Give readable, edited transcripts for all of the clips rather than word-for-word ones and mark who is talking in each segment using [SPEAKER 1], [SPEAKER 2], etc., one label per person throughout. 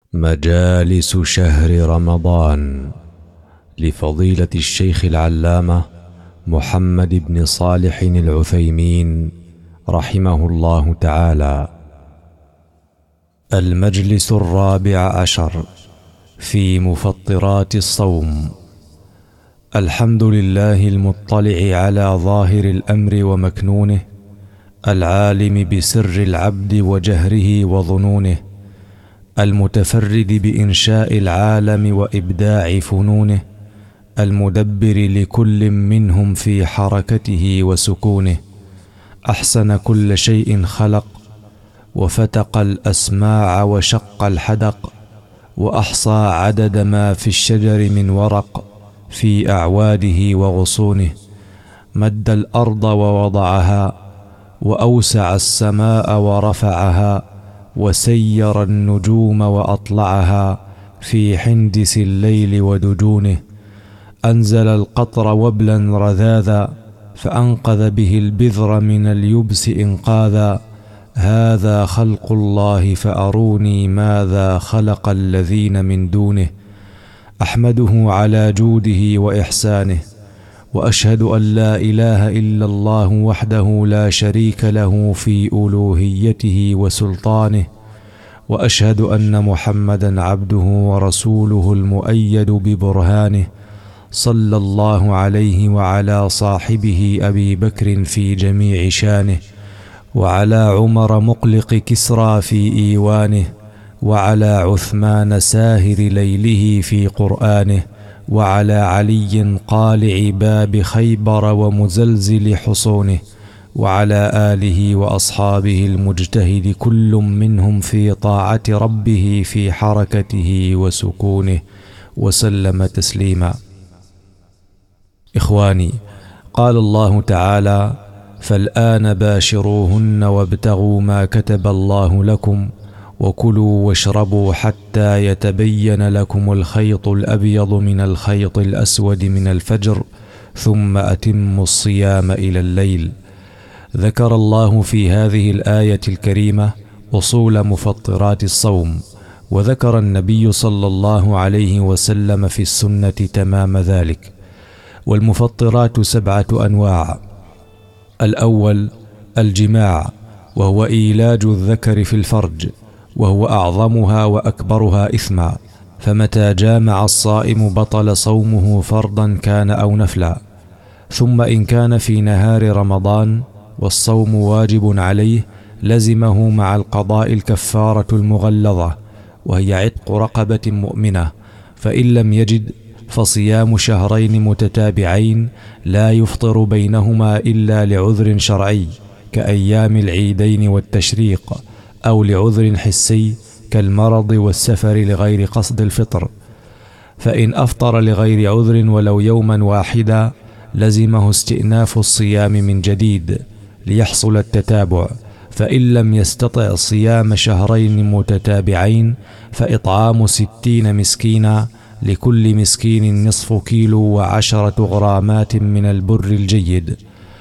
[SPEAKER 1] مجالس شهر رمضان لفضيلة الشيخ العلامة محمد بن صالح العثيمين رحمه الله تعالى. المجلس 14 في مفطرات الصوم. الحمد لله المطلع على ظاهر الأمر ومكنونه، العالم بسر العبد وجهره وظنونه، المتفرد بإنشاء العالم وإبداع فنونه، المدبر لكل منهم في حركته وسكونه. أحسن كل شيء خلق، وفتق الأسماع وشق الحدق، وأحصى عدد ما في الشجر من ورق في أعواده وغصونه. مد الأرض ووضعها، وأوسع السماء ورفعها، وسير النجوم وأطلعها في حندس الليل ودجونه. أنزل القطر وبلا رذاذا، فأنقذ به البذر من اليبس إنقاذا. هذا خلق الله فأروني ماذا خلق الذين من دونه. أحمده على جوده وإحسانه، وأشهد أن لا إله إلا الله وحده لا شريك له في ألوهيته وسلطانه، وأشهد أن محمدا عبده ورسوله المؤيد ببرهانه. صلى الله عليه وعلى صاحبه أبي بكر في جميع شانه، وعلى عمر مقلق كسرى في إيوانه، وعلى عثمان ساهر ليله في قرآنه، وعلى علي قالع باب خيبر ومزلزل حصونه، وعلى آله وأصحابه المجتهد كل منهم في طاعة ربه في حركته وسكونه، وسلم تسليما. إخواني، قال الله تعالى: فالآن باشروهن وابتغوا ما كتب الله لكم، وكلوا واشربوا حتى يتبين لكم الخيط الأبيض من الخيط الأسود من الفجر، ثم أتموا الصيام إلى الليل. ذكر الله في هذه الآية الكريمة أصول مفطرات الصوم، وذكر النبي صلى الله عليه وسلم في السنة تمام ذلك. والمفطرات 7 أنواع. الأول الجماع، وهو إيلاج الذكر في الفرج، وهو أعظمها وأكبرها إثما، فمتى جامع الصائم بطل صومه فرضا كان أو نفلا. ثم إن كان في نهار رمضان والصوم واجب عليه، لزمه مع القضاء الكفارة المغلظة، وهي عتق رقبة مؤمنة، فإن لم يجد فصيام شهرين متتابعين لا يفطر بينهما إلا لعذر شرعي كأيام العيدين والتشريق، أو لعذر حسي كالمرض والسفر لغير قصد الفطر. فإن أفطر لغير عذر ولو يوما واحدا، لزمه استئناف الصيام من جديد ليحصل التتابع. فإن لم يستطع صيام شهرين متتابعين، فإطعام 60 مسكينا، لكل مسكين نصف كيلو و10 غرامات من البر الجيد.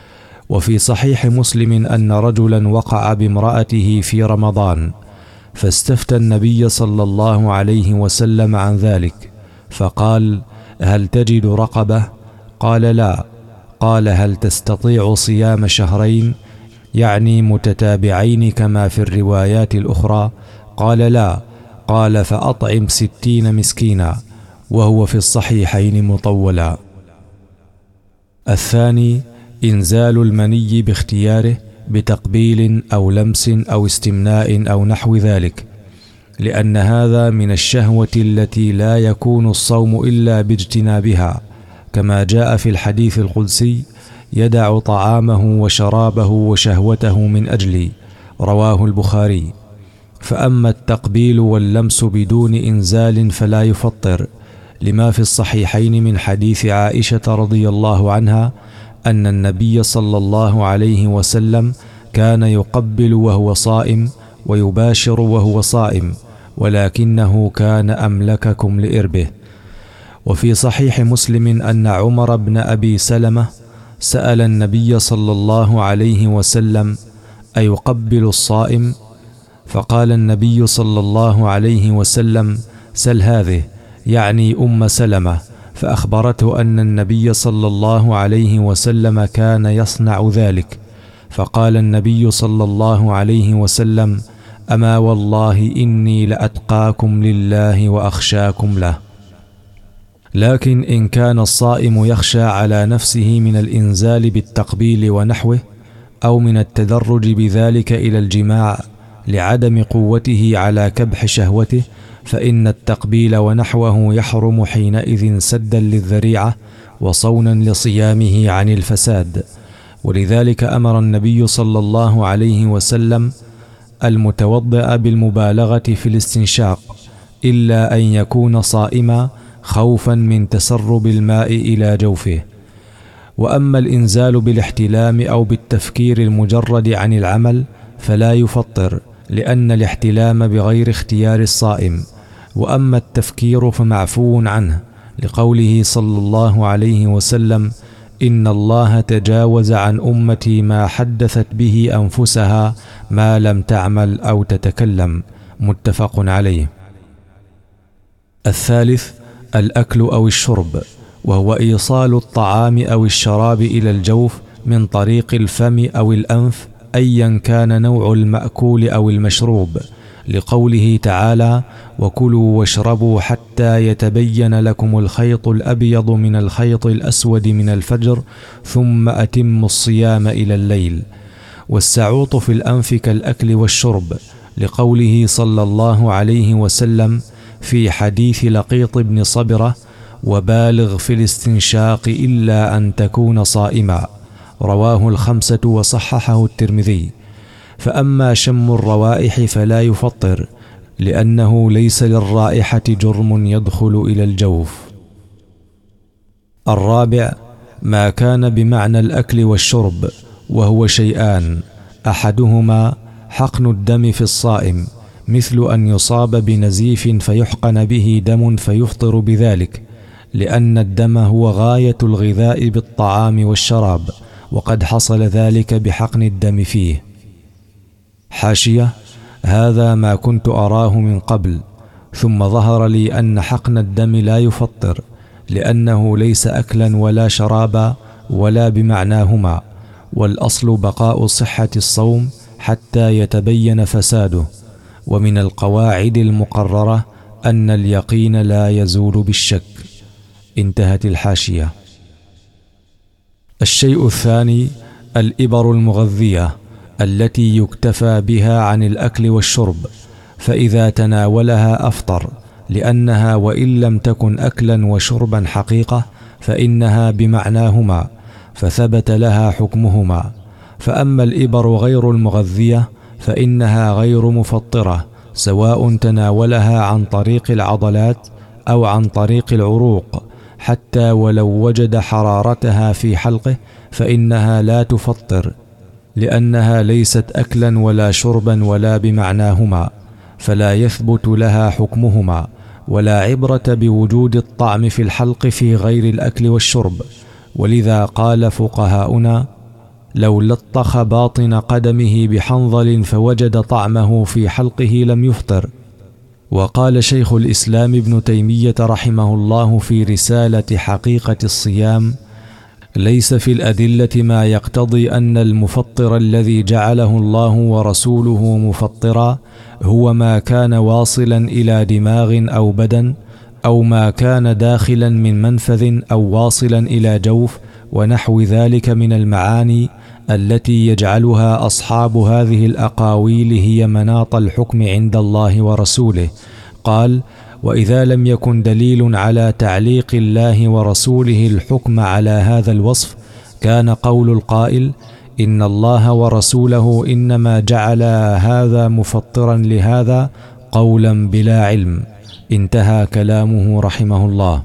[SPEAKER 1] وفي صحيح مسلم أن رجلا وقع بامرأته في رمضان، فاستفتى النبي صلى الله عليه وسلم عن ذلك، فقال: هل تجد رقبة؟ قال: لا. قال: هل تستطيع صيام شهرين، يعني متتابعين كما في الروايات الأخرى؟ قال: لا. قال: فأطعم 60 مسكينا، وهو في الصحيحين مطولا. الثاني إنزال المني باختياره بتقبيل أو لمس أو استمناء أو نحو ذلك، لأن هذا من الشهوة التي لا يكون الصوم إلا باجتنابها، كما جاء في الحديث القدسي: يدع طعامه وشرابه وشهوته من أجلي، رواه البخاري. فأما التقبيل واللمس بدون إنزال فلا يفطر، لما في الصحيحين من حديث عائشة رضي الله عنها أن النبي صلى الله عليه وسلم كان يقبل وهو صائم ويباشر وهو صائم، ولكنه كان أملككم لإربه. وفي صحيح مسلم أن عمر بن أبي سلمة سأل النبي صلى الله عليه وسلم: أيقبل الصائم؟ فقال النبي صلى الله عليه وسلم: سل هذه، يعني أم سلمة، فأخبرته أن النبي صلى الله عليه وسلم كان يصنع ذلك. فقال النبي صلى الله عليه وسلم: أما والله إني لأتقاكم لله وأخشاكم له. لكن إن كان الصائم يخشى على نفسه من الإنزال بالتقبيل ونحوه، أو من التدرج بذلك إلى الجماع لعدم قوته على كبح شهوته، فإن التقبيل ونحوه يحرم حينئذ سدا للذريعة وصونا لصيامه عن الفساد. ولذلك أمر النبي صلى الله عليه وسلم المتوضئ بالمبالغة في الاستنشاق، إلا أن يكون صائما خوفا من تسرب الماء إلى جوفه. وأما الإنزال بالاحتلام أو بالتفكير المجرد عن العمل فلا يفطر، لأن الاحتلام بغير اختيار الصائم. وأما التفكير فمعفو عنه، لقوله صلى الله عليه وسلم: إن الله تجاوز عن أمتي ما حدثت به أنفسها ما لم تعمل أو تتكلم. متفق عليه. الثالث الأكل أو الشرب، وهو إيصال الطعام أو الشراب إلى الجوف من طريق الفم أو الأنف، أيا كان نوع المأكول أو المشروب، لقوله تعالى: وكلوا واشربوا حتى يتبين لكم الخيط الأبيض من الخيط الأسود من الفجر ثم أتموا الصيام إلى الليل. والسعوط في الأنف كالأكل والشرب، لقوله صلى الله عليه وسلم في حديث لقيط بن صبرة: وبالغ في الاستنشاق إلا أن تكون صائما. رواه الخمسة وصححه الترمذي. فأما شم الروائح فلا يفطر، لأنه ليس للرائحة جرم يدخل إلى الجوف. الرابع ما كان بمعنى الأكل والشرب، وهو شيئان: أحدهما حقن الدم في الصائم، مثل أن يصاب بنزيف فيحقن به دم فيفطر بذلك، لأن الدم هو غاية الغذاء بالطعام والشراب، وقد حصل ذلك بحقن الدم فيه. حاشية: هذا ما كنت أراه من قبل، ثم ظهر لي أن حقن الدم لا يفطر، لأنه ليس أكلا ولا شرابا ولا بمعناهما، والأصل بقاء صحة الصوم حتى يتبين فساده. ومن القواعد المقررة أن اليقين لا يزول بالشك. انتهت الحاشية. الشيء الثاني الإبر المغذية التي يكتفى بها عن الأكل والشرب، فإذا تناولها أفطر، لأنها وإن لم تكن أكلا وشربا حقيقة فإنها بمعناهما، فثبت لها حكمهما. فأما الإبر غير المغذية فإنها غير مفطرة، سواء تناولها عن طريق العضلات أو عن طريق العروق، حتى ولو وجد حرارتها في حلقه فإنها لا تفطر، لأنها ليست أكلا ولا شربا ولا بمعناهما، فلا يثبت لها حكمهما. ولا عبرة بوجود الطعم في الحلق في غير الأكل والشرب. ولذا قال فقهاؤنا: لو لطخ باطن قدمه بحنظل فوجد طعمه في حلقه لم يفطر. وقال شيخ الإسلام ابن تيمية رحمه الله في رسالة حقيقة الصيام: ليس في الأدلة ما يقتضي أن المفطر الذي جعله الله ورسوله مفطرا هو ما كان واصلا إلى دماغ أو بدن، أو ما كان داخلا من منفذ أو واصلا إلى جوف، ونحو ذلك من المعاني التي يجعلها أصحاب هذه الأقاويل هي مناط الحكم عند الله ورسوله. قال: وإذا لم يكن دليل على تعليق الله ورسوله الحكم على هذا الوصف، كان قول القائل: إن الله ورسوله إنما جعل هذا مفطرا لهذا قولا بلا علم. انتهى كلامه رحمه الله.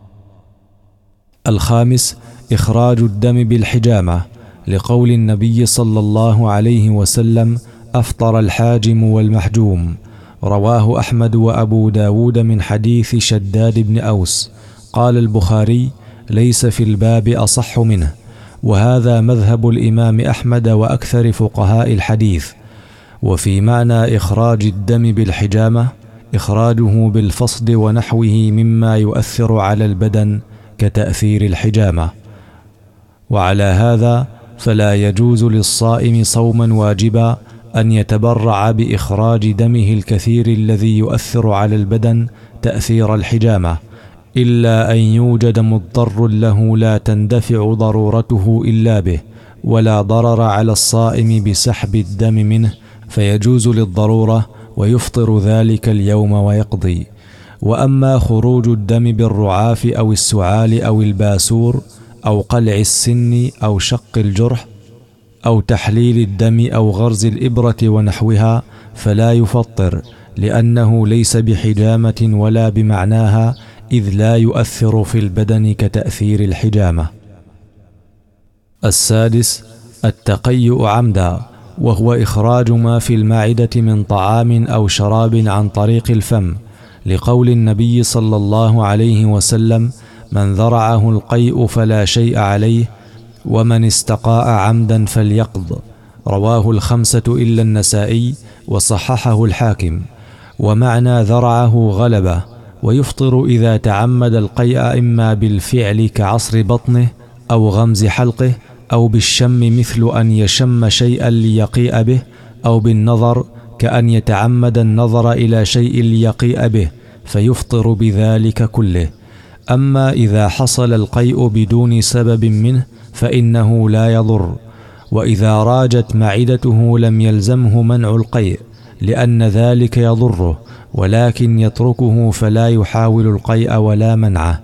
[SPEAKER 1] الخامس إخراج الدم بالحجامة، لقول النبي صلى الله عليه وسلم: أفطر الحاجم والمحجوم. رواه أحمد وأبو داود من حديث شداد بن أوس. قال البخاري: ليس في الباب أصح منه. وهذا مذهب الإمام أحمد وأكثر فقهاء الحديث. وفي معنى إخراج الدم بالحجامة إخراجه بالفصد ونحوه مما يؤثر على البدن كتأثير الحجامة. وعلى هذا فلا يجوز للصائم صوما واجبا أن يتبرع بإخراج دمه الكثير الذي يؤثر على البدن تأثير الحجامة، إلا أن يوجد مضطر له لا تندفع ضرورته إلا به، ولا ضرر على الصائم بسحب الدم منه، فيجوز للضرورة ويفطر ذلك اليوم ويقضي. وأما خروج الدم بالرعاف أو السعال أو الباسور أو قلع السن أو شق الجرح أو تحليل الدم أو غرز الإبرة ونحوها فلا يفطر، لأنه ليس بحجامة ولا بمعناها، إذ لا يؤثر في البدن كتأثير الحجامة. 6. التقيؤ عمدا، وهو إخراج ما في المعدة من طعام أو شراب عن طريق الفم، لقول النبي صلى الله عليه وسلم: من ذرعه القيء فلا شيء عليه، ومن استقاء عمدا فليقض. رواه 5 إلا النسائي، وصححه الحاكم. ومعنى ذرعه غلبه، ويفطر إذا تعمد القيء إما بالفعل كعصر بطنه أو غمز حلقه، أو بالشم مثل أن يشم شيئا ليقيء به، أو بالنظر كأن يتعمد النظر إلى شيء ليقيء به، فيفطر بذلك كله. أما إذا حصل القيء بدون سبب منه فإنه لا يضر، وإذا راجت معدته لم يلزمه منع القيء، لأن ذلك يضره، ولكن يتركه فلا يحاول القيء ولا منعه.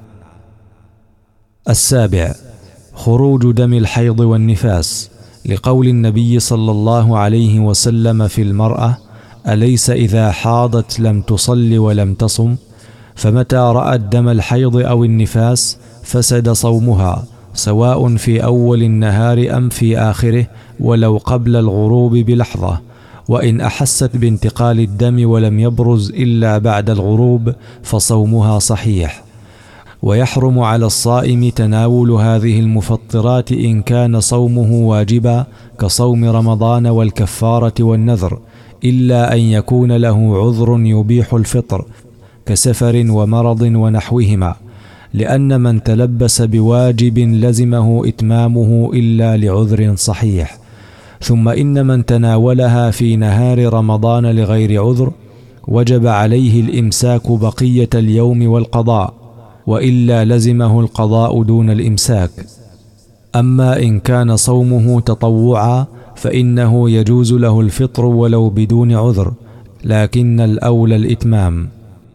[SPEAKER 1] 7. خروج دم الحيض والنفاس، لقول النبي صلى الله عليه وسلم في المرأة: أليس إذا حاضت لم تصل ولم تصم؟ فمتى رأت دم الحيض أو النفاس فسد صومها، سواء في أول النهار أم في آخره، ولو قبل الغروب بلحظة. وإن أحست بانتقال الدم ولم يبرز إلا بعد الغروب فصومها صحيح. ويحرم على الصائم تناول هذه المفطرات إن كان صومه واجبا كصوم رمضان والكفارة والنذر، إلا أن يكون له عذر يبيح الفطر كسفر ومرض ونحوهما، لأن من تلبس بواجب لزمه إتمامه إلا لعذر صحيح. ثم إن من تناولها في نهار رمضان لغير عذر وجب عليه الإمساك بقية اليوم والقضاء، وإلا لزمه القضاء دون الإمساك. أما إن كان صومه تطوعا فإنه يجوز له الفطر ولو بدون عذر، لكن الأولى الإتمام.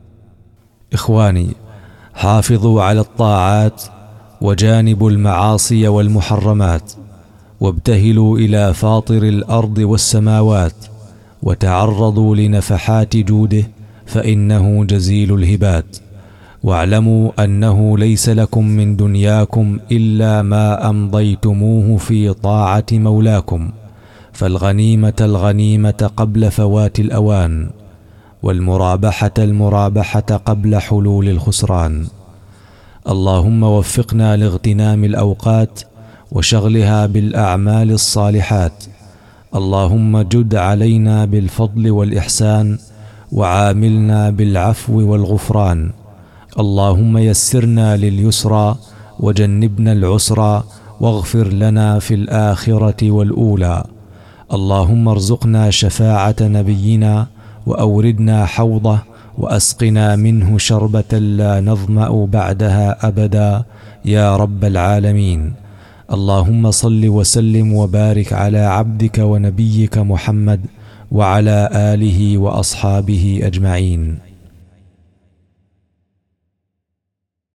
[SPEAKER 1] إخواني، حافظوا على الطاعات وجانبوا المعاصي والمحرمات، وابتهلوا إلى فاطر الأرض والسماوات، وتعرضوا لنفحات جوده فإنه جزيل الهبات. واعلموا أنه ليس لكم من دنياكم إلا ما أمضيتموه في طاعة مولاكم، فالغنيمة الغنيمة قبل فوات الأوان، والمرابحة المرابحة قبل حلول الخسران. اللهم وفقنا لاغتنام الأوقات وشغلها بالأعمال الصالحات. اللهم جد علينا بالفضل والإحسان، وعاملنا بالعفو والغفران. اللهم يسرنا لليسرى وجنبنا العسرى، واغفر لنا في الآخرة والأولى. اللهم ارزقنا شفاعة نبينا، وأوردنا حوضه، وأسقنا منه شربة لا نظمأ بعدها أبدا يا رب العالمين. اللهم صل وسلم وبارك على عبدك ونبيك محمد وعلى آله وأصحابه أجمعين.